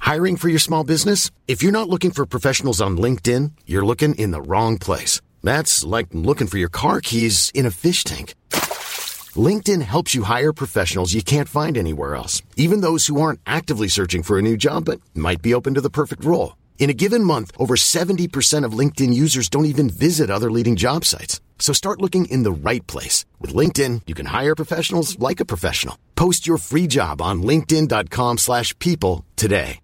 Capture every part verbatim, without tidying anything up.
Hiring for your small business? If you're not looking for professionals on LinkedIn, you're looking in the wrong place. That's like looking for your car keys in a fish tank. LinkedIn helps you hire professionals you can't find anywhere else, even those who aren't actively searching for a new job but might be open to the perfect role. In a given month, over seventy percent of LinkedIn users don't even visit other leading job sites. So start looking in the right place. With LinkedIn, you can hire professionals like a professional. Post your free job on linkedin.com slash people today.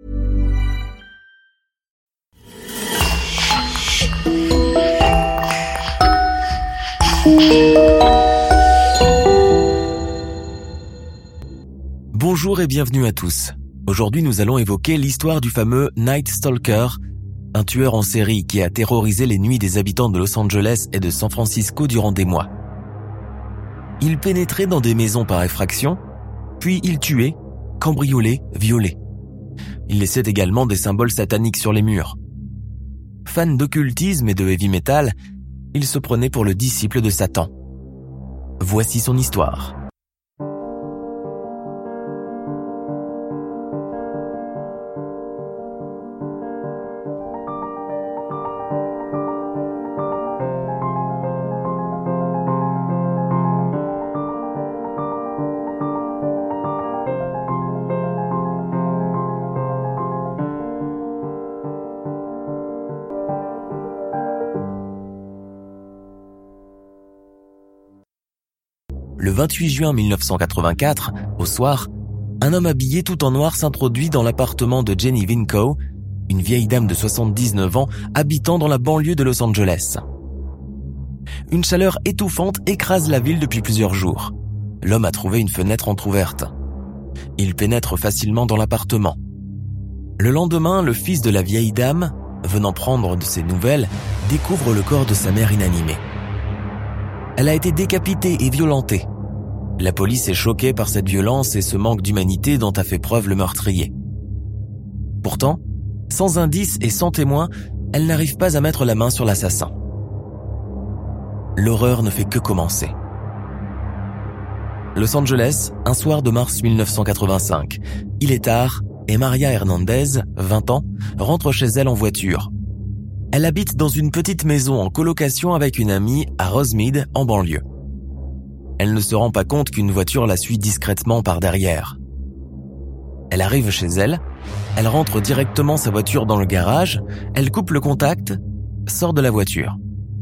Bonjour et bienvenue à tous. Aujourd'hui, nous allons évoquer l'histoire du fameux Night Stalker, un tueur en série qui a terrorisé les nuits des habitants de Los Angeles et de San Francisco durant des mois. Il pénétrait dans des maisons par effraction, puis il tuait, cambriolait, violait. Il laissait également des symboles sataniques sur les murs. Fan d'occultisme et de heavy metal, il se prenait pour le disciple de Satan. Voici son histoire. Le vingt-huit juin mille neuf cent quatre-vingt-quatre, au soir, un homme habillé tout en noir s'introduit dans l'appartement de Jenny Vinco, une vieille dame de soixante-dix-neuf ans habitant dans la banlieue de Los Angeles. Une chaleur étouffante écrase la ville depuis plusieurs jours. L'homme a trouvé une fenêtre entrouverte. Il pénètre facilement dans l'appartement. Le lendemain, le fils de la vieille dame, venant prendre de ses nouvelles, découvre le corps de sa mère inanimée. Elle a été décapitée et violentée. La police est choquée par cette violence et ce manque d'humanité dont a fait preuve le meurtrier. Pourtant, sans indice et sans témoin, elle n'arrive pas à mettre la main sur l'assassin. L'horreur ne fait que commencer. Los Angeles, un soir de mars mille neuf cent quatre-vingt-cinq. Il est tard et Maria Hernandez, vingt ans, rentre chez elle en voiture. Elle habite dans une petite maison en colocation avec une amie à Rosemead, en banlieue. Elle ne se rend pas compte qu'une voiture la suit discrètement par derrière. Elle arrive chez elle, elle rentre directement sa voiture dans le garage, elle coupe le contact, sort de la voiture.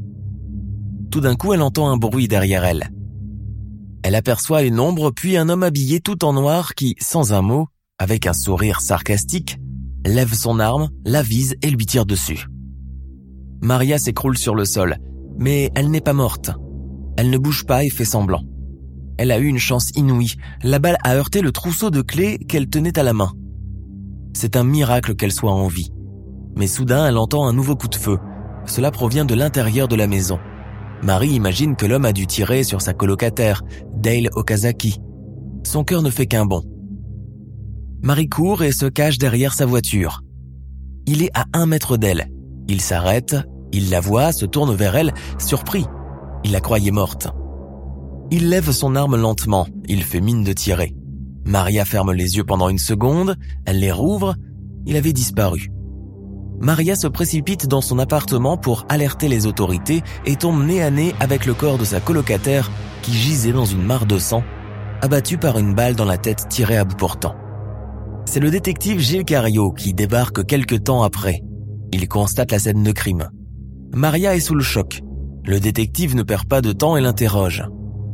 Tout d'un coup, elle entend un bruit derrière elle. Elle aperçoit une ombre puis un homme habillé tout en noir qui, sans un mot, avec un sourire sarcastique, lève son arme, la vise et lui tire dessus. Maria s'écroule sur le sol, mais elle n'est pas morte. Elle ne bouge pas et fait semblant. Elle a eu une chance inouïe. La balle a heurté le trousseau de clés qu'elle tenait à la main. C'est un miracle qu'elle soit en vie. Mais soudain, elle entend un nouveau coup de feu. Cela provient de l'intérieur de la maison. Marie imagine que l'homme a dû tirer sur sa colocataire, Dale Okazaki. Son cœur ne fait qu'un bond. Marie court et se cache derrière sa voiture. Il est à un mètre d'elle. Il s'arrête, il la voit, se tourne vers elle, surpris. Il la croyait morte. Il lève son arme lentement, il fait mine de tirer. Maria ferme les yeux pendant une seconde, elle les rouvre, il avait disparu. Maria se précipite dans son appartement pour alerter les autorités et tombe nez à nez avec le corps de sa colocataire qui gisait dans une mare de sang, abattu par une balle dans la tête tirée à bout portant. C'est le détective Gilles Cario qui débarque quelque temps après. Il constate la scène de crime. Maria est sous le choc. Le détective ne perd pas de temps et l'interroge.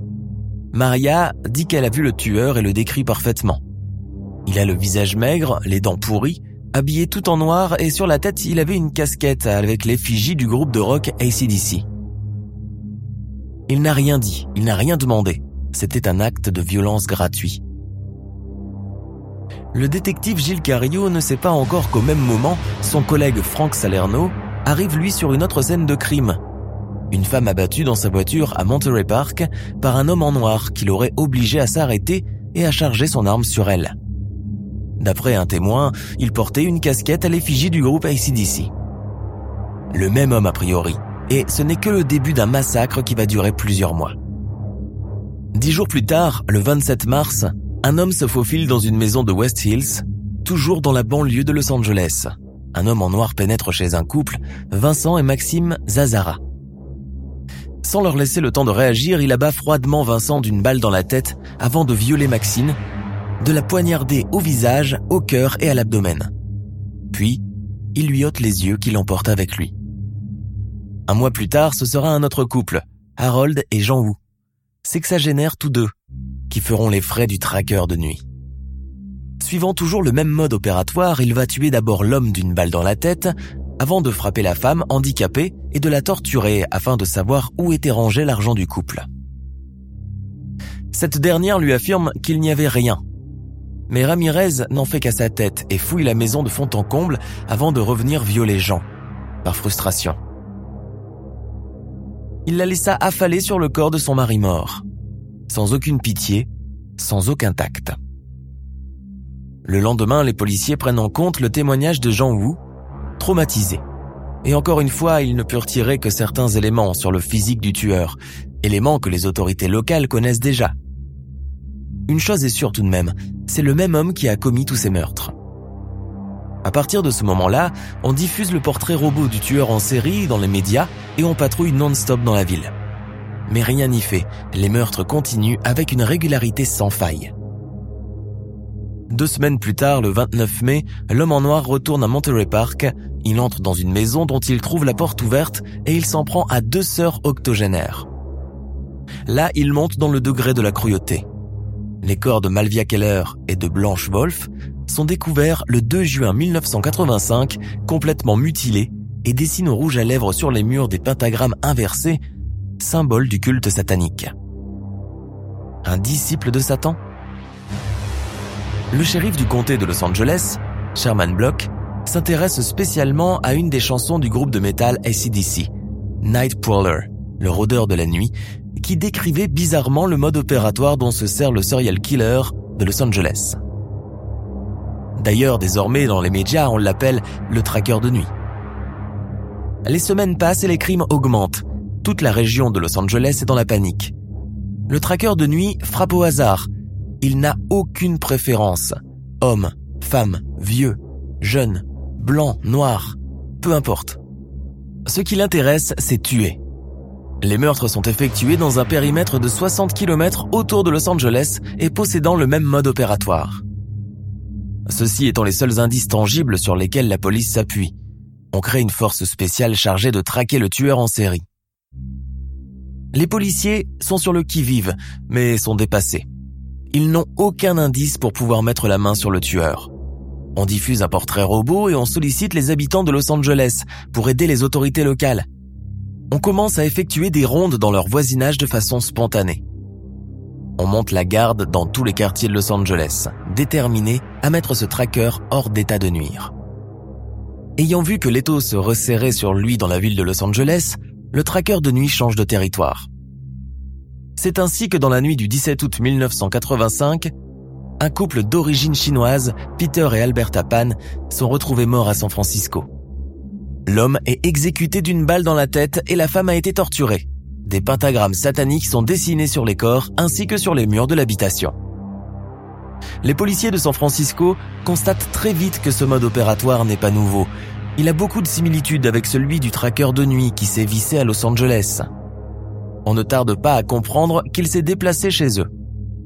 Maria dit qu'elle a vu le tueur et le décrit parfaitement. Il a le visage maigre, les dents pourries, habillé tout en noir et sur la tête il avait une casquette avec l'effigie du groupe de rock A C D C. Il n'a rien dit, il n'a rien demandé. C'était un acte de violence gratuit. Le détective Gilles Cario ne sait pas encore qu'au même moment, son collègue Frank Salerno arrive lui sur une autre scène de crime. Une femme abattue dans sa voiture à Monterey Park par un homme en noir qui l'aurait obligée à s'arrêter et à charger son arme sur elle. D'après un témoin, il portait une casquette à l'effigie du groupe A C D C. Le même homme a priori, et ce n'est que le début d'un massacre qui va durer plusieurs mois. Dix jours plus tard, le vingt-sept mars, un homme se faufile dans une maison de West Hills, toujours dans la banlieue de Los Angeles. Un homme en noir pénètre chez un couple, Vincent et Maxime Zazzara. Sans leur laisser le temps de réagir, il abat froidement Vincent d'une balle dans la tête avant de violer Maxime, de la poignarder au visage, au cœur et à l'abdomen. Puis, il lui ôte les yeux qu'il emporte avec lui. Un mois plus tard, ce sera un autre couple, Harold et Jean Wu, sexagénaires tous deux, qui feront les frais du tracker de nuit. Suivant toujours le même mode opératoire, il va tuer d'abord l'homme d'une balle dans la tête, avant de frapper la femme handicapée et de la torturer afin de savoir où était rangé l'argent du couple. Cette dernière lui affirme qu'il n'y avait rien. Mais Ramirez n'en fait qu'à sa tête et fouille la maison de fond en comble avant de revenir violer Jean, par frustration. Il la laissa affaler sur le corps de son mari mort, sans aucune pitié, sans aucun tact. Le lendemain, les policiers prennent en compte le témoignage de Jean Wu, traumatisé. Et encore une fois, ils ne purent tirer que certains éléments sur le physique du tueur, éléments que les autorités locales connaissent déjà. Une chose est sûre tout de même, c'est le même homme qui a commis tous ces meurtres. À partir de ce moment-là, on diffuse le portrait robot du tueur en série dans les médias et on patrouille non-stop dans la ville. Mais rien n'y fait, les meurtres continuent avec une régularité sans faille. Deux semaines plus tard, le vingt-neuf mai, l'homme en noir retourne à Monterey Park. Il entre dans une maison dont il trouve la porte ouverte et il s'en prend à deux sœurs octogénaires. Là, il monte dans le degré de la cruauté. Les corps de Malvia Keller et de Blanche Wolf sont découverts le deux juin mille neuf cent quatre-vingt-cinq, complètement mutilés et dessinent au rouge à lèvres sur les murs des pentagrammes inversés, symbole du culte satanique. Un disciple de Satan ? Le shérif du comté de Los Angeles, Sherman Block, s'intéresse spécialement à une des chansons du groupe de métal A C D C, Night Prowler, le rôdeur de la nuit, qui décrivait bizarrement le mode opératoire dont se sert le serial killer de Los Angeles. D'ailleurs, désormais, dans les médias, on l'appelle le tracker de nuit. Les semaines passent et les crimes augmentent. Toute la région de Los Angeles est dans la panique. Le tracker de nuit frappe au hasard. Il n'a aucune préférence. Homme, femme, vieux, jeune, blanc, noir, peu importe. Ce qui l'intéresse, c'est tuer. Les meurtres sont effectués dans un périmètre de soixante kilomètres autour de Los Angeles et possédant le même mode opératoire. Ceux-ci étant les seuls indices tangibles sur lesquels la police s'appuie. On crée une force spéciale chargée de traquer le tueur en série. Les policiers sont sur le qui-vive, mais sont dépassés. Ils n'ont aucun indice pour pouvoir mettre la main sur le tueur. On diffuse un portrait robot et on sollicite les habitants de Los Angeles pour aider les autorités locales. On commence à effectuer des rondes dans leur voisinage de façon spontanée. On monte la garde dans tous les quartiers de Los Angeles, déterminés à mettre ce tracker hors d'état de nuire. Ayant vu que l'étau se resserrait sur lui dans la ville de Los Angeles, le tracker de nuit change de territoire. C'est ainsi que dans la nuit du dix-sept août mille neuf cent quatre-vingt-cinq, un couple d'origine chinoise, Peter et Alberta Pan, sont retrouvés morts à San Francisco. L'homme est exécuté d'une balle dans la tête et la femme a été torturée. Des pentagrammes sataniques sont dessinés sur les corps ainsi que sur les murs de l'habitation. Les policiers de San Francisco constatent très vite que ce mode opératoire n'est pas nouveau. Il a beaucoup de similitudes avec celui du tracker de nuit qui sévissait à Los Angeles. On ne tarde pas à comprendre qu'il s'est déplacé chez eux.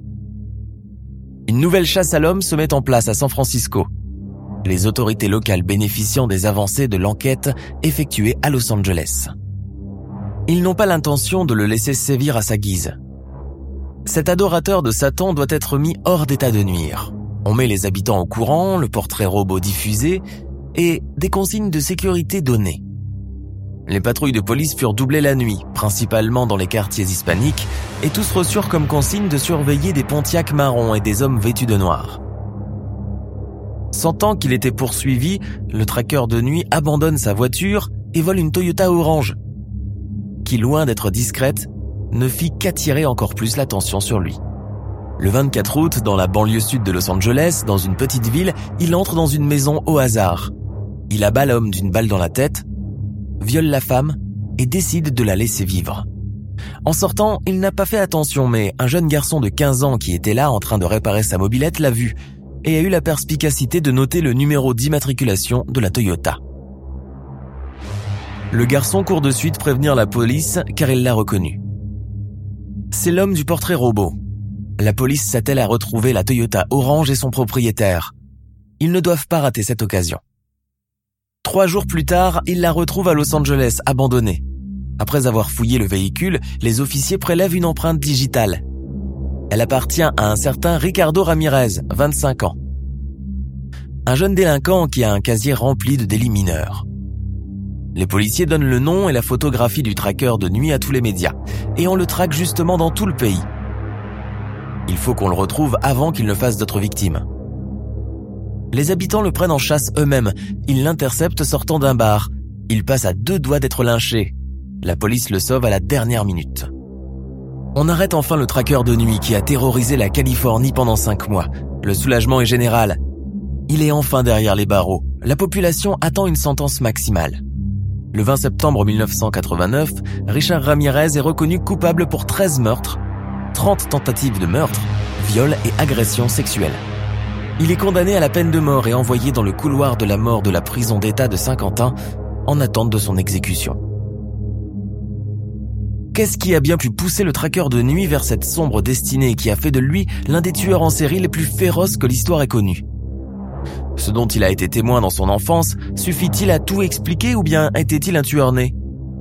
Une nouvelle chasse à l'homme se met en place à San Francisco. Les autorités locales bénéficiant des avancées de l'enquête effectuée à Los Angeles. Ils n'ont pas l'intention de le laisser sévir à sa guise. Cet adorateur de Satan doit être mis hors d'état de nuire. On met les habitants au courant, le portrait robot diffusé et des consignes de sécurité données. Les patrouilles de police furent doublées la nuit, principalement dans les quartiers hispaniques, et tous reçurent comme consigne de surveiller des Pontiac marrons et des hommes vêtus de noir. Sentant qu'il était poursuivi, le tracker de nuit abandonne sa voiture et vole une Toyota orange, qui, loin d'être discrète, ne fit qu'attirer encore plus l'attention sur lui. Le vingt-quatre août, dans la banlieue sud de Los Angeles, dans une petite ville, il entre dans une maison au hasard. Il abat l'homme d'une balle dans la tête, viole la femme et décide de la laisser vivre. En sortant, il n'a pas fait attention, mais un jeune garçon de quinze ans qui était là en train de réparer sa mobilette l'a vu. et a eu la perspicacité de noter le numéro d'immatriculation de la Toyota. Le garçon court de suite prévenir la police car il l'a reconnu. C'est l'homme du portrait robot. La police s'attelle à retrouver la Toyota orange et son propriétaire. Ils ne doivent pas rater cette occasion. Trois jours plus tard, ils la retrouvent à Los Angeles, abandonnée. Après avoir fouillé le véhicule, les officiers prélèvent une empreinte digitale. Elle appartient à un certain Ricardo Ramirez, vingt-cinq ans. Un jeune délinquant qui a un casier rempli de délits mineurs. Les policiers donnent le nom et la photographie du tracker de nuit à tous les médias, et on le traque justement dans tout le pays. Il faut qu'on le retrouve avant qu'il ne fasse d'autres victimes. Les habitants le prennent en chasse eux-mêmes. Ils l'interceptent sortant d'un bar. Il passe à deux doigts d'être lynché. La police le sauve à la dernière minute. On arrête enfin le tracker de nuit qui a terrorisé la Californie pendant cinq mois. Le soulagement est général. Il est enfin derrière les barreaux. La population attend une sentence maximale. Le vingt septembre mille neuf cent quatre-vingt-neuf, Richard Ramirez est reconnu coupable pour treize meurtres, trente tentatives de meurtre, viols et agressions sexuelles. Il est condamné à la peine de mort et envoyé dans le couloir de la mort de la prison d'État de Saint-Quentin en attente de son exécution. Qu'est-ce qui a bien pu pousser le traqueur de nuit vers cette sombre destinée qui a fait de lui l'un des tueurs en série les plus féroces que l'histoire ait connus ? Ce dont il a été témoin dans son enfance, suffit-il à tout expliquer ou bien était-il un tueur né ?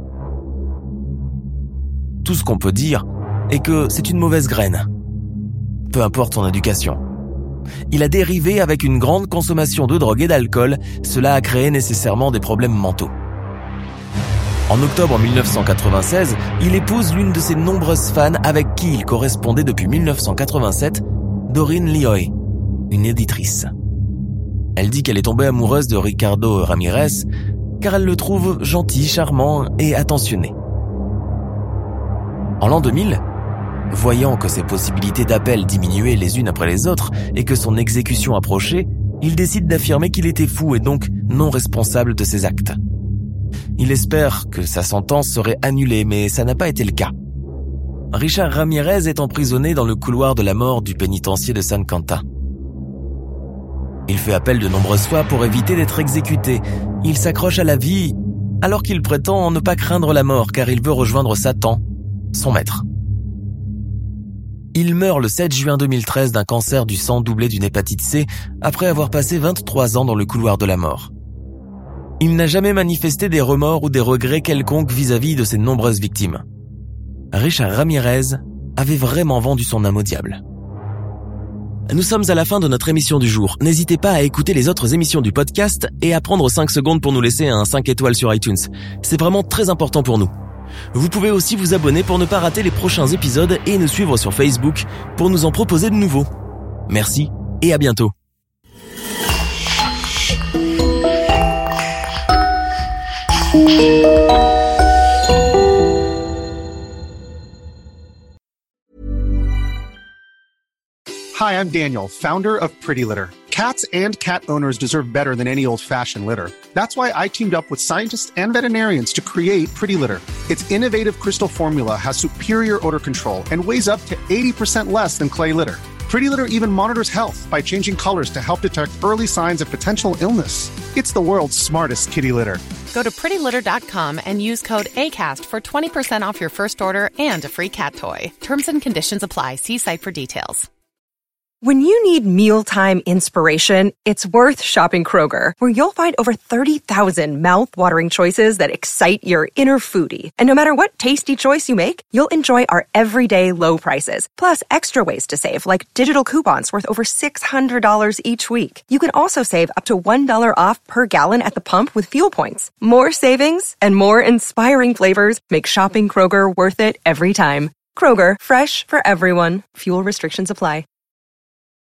Tout ce qu'on peut dire est que c'est une mauvaise graine. Peu importe son éducation. Il a dérivé avec une grande consommation de drogue et d'alcool, cela a créé nécessairement des problèmes mentaux. En octobre mille neuf cent quatre-vingt-seize, il épouse l'une de ses nombreuses fans avec qui il correspondait depuis mille neuf cent quatre-vingt-sept, Doreen Lioy, une éditrice. Elle dit qu'elle est tombée amoureuse de Ricardo Ramirez car elle le trouve gentil, charmant et attentionné. En l'an deux mille, voyant que ses possibilités d'appel diminuaient les unes après les autres et que son exécution approchait, il décide d'affirmer qu'il était fou et donc non responsable de ses actes. Il espère que sa sentence serait annulée, mais ça n'a pas été le cas. Richard Ramirez est emprisonné dans le couloir de la mort du pénitencier de San Quentin. Il fait appel de nombreuses fois pour éviter d'être exécuté. Il s'accroche à la vie alors qu'il prétend ne pas craindre la mort car il veut rejoindre Satan, son maître. Il meurt le sept juin deux mille treize d'un cancer du sang doublé d'une hépatite C après avoir passé vingt-trois ans dans le couloir de la mort. Il n'a jamais manifesté des remords ou des regrets quelconques vis-à-vis de ses nombreuses victimes. Richard Ramirez avait vraiment vendu son âme au diable. Nous sommes à la fin de notre émission du jour. N'hésitez pas à écouter les autres émissions du podcast et à prendre cinq secondes pour nous laisser un cinq étoiles sur iTunes. C'est vraiment très important pour nous. Vous pouvez aussi vous abonner pour ne pas rater les prochains épisodes et nous suivre sur Facebook pour nous en proposer de nouveaux. Merci et à bientôt. Hi, I'm Daniel, founder of Pretty Litter. Cats and cat owners deserve better than any old-fashioned litter. That's why I teamed up with scientists and veterinarians to create Pretty Litter. Its innovative crystal formula has superior odor control and weighs up to eighty percent less than clay litter. Pretty Litter even monitors health by changing colors to help detect early signs of potential illness. It's the world's smartest kitty litter. Go to pretty litter dot com and use code ACAST for twenty percent off your first order and a free cat toy. Terms and conditions apply. See site for details. When you need mealtime inspiration, it's worth shopping Kroger, where you'll find over thirty thousand mouth-watering choices that excite your inner foodie. And no matter what tasty choice you make, you'll enjoy our everyday low prices, plus extra ways to save, like digital coupons worth over six hundred dollars each week. You can also save up to one dollar off per gallon at the pump with fuel points. More savings and more inspiring flavors make shopping Kroger worth it every time. Kroger, fresh for everyone. Fuel restrictions apply.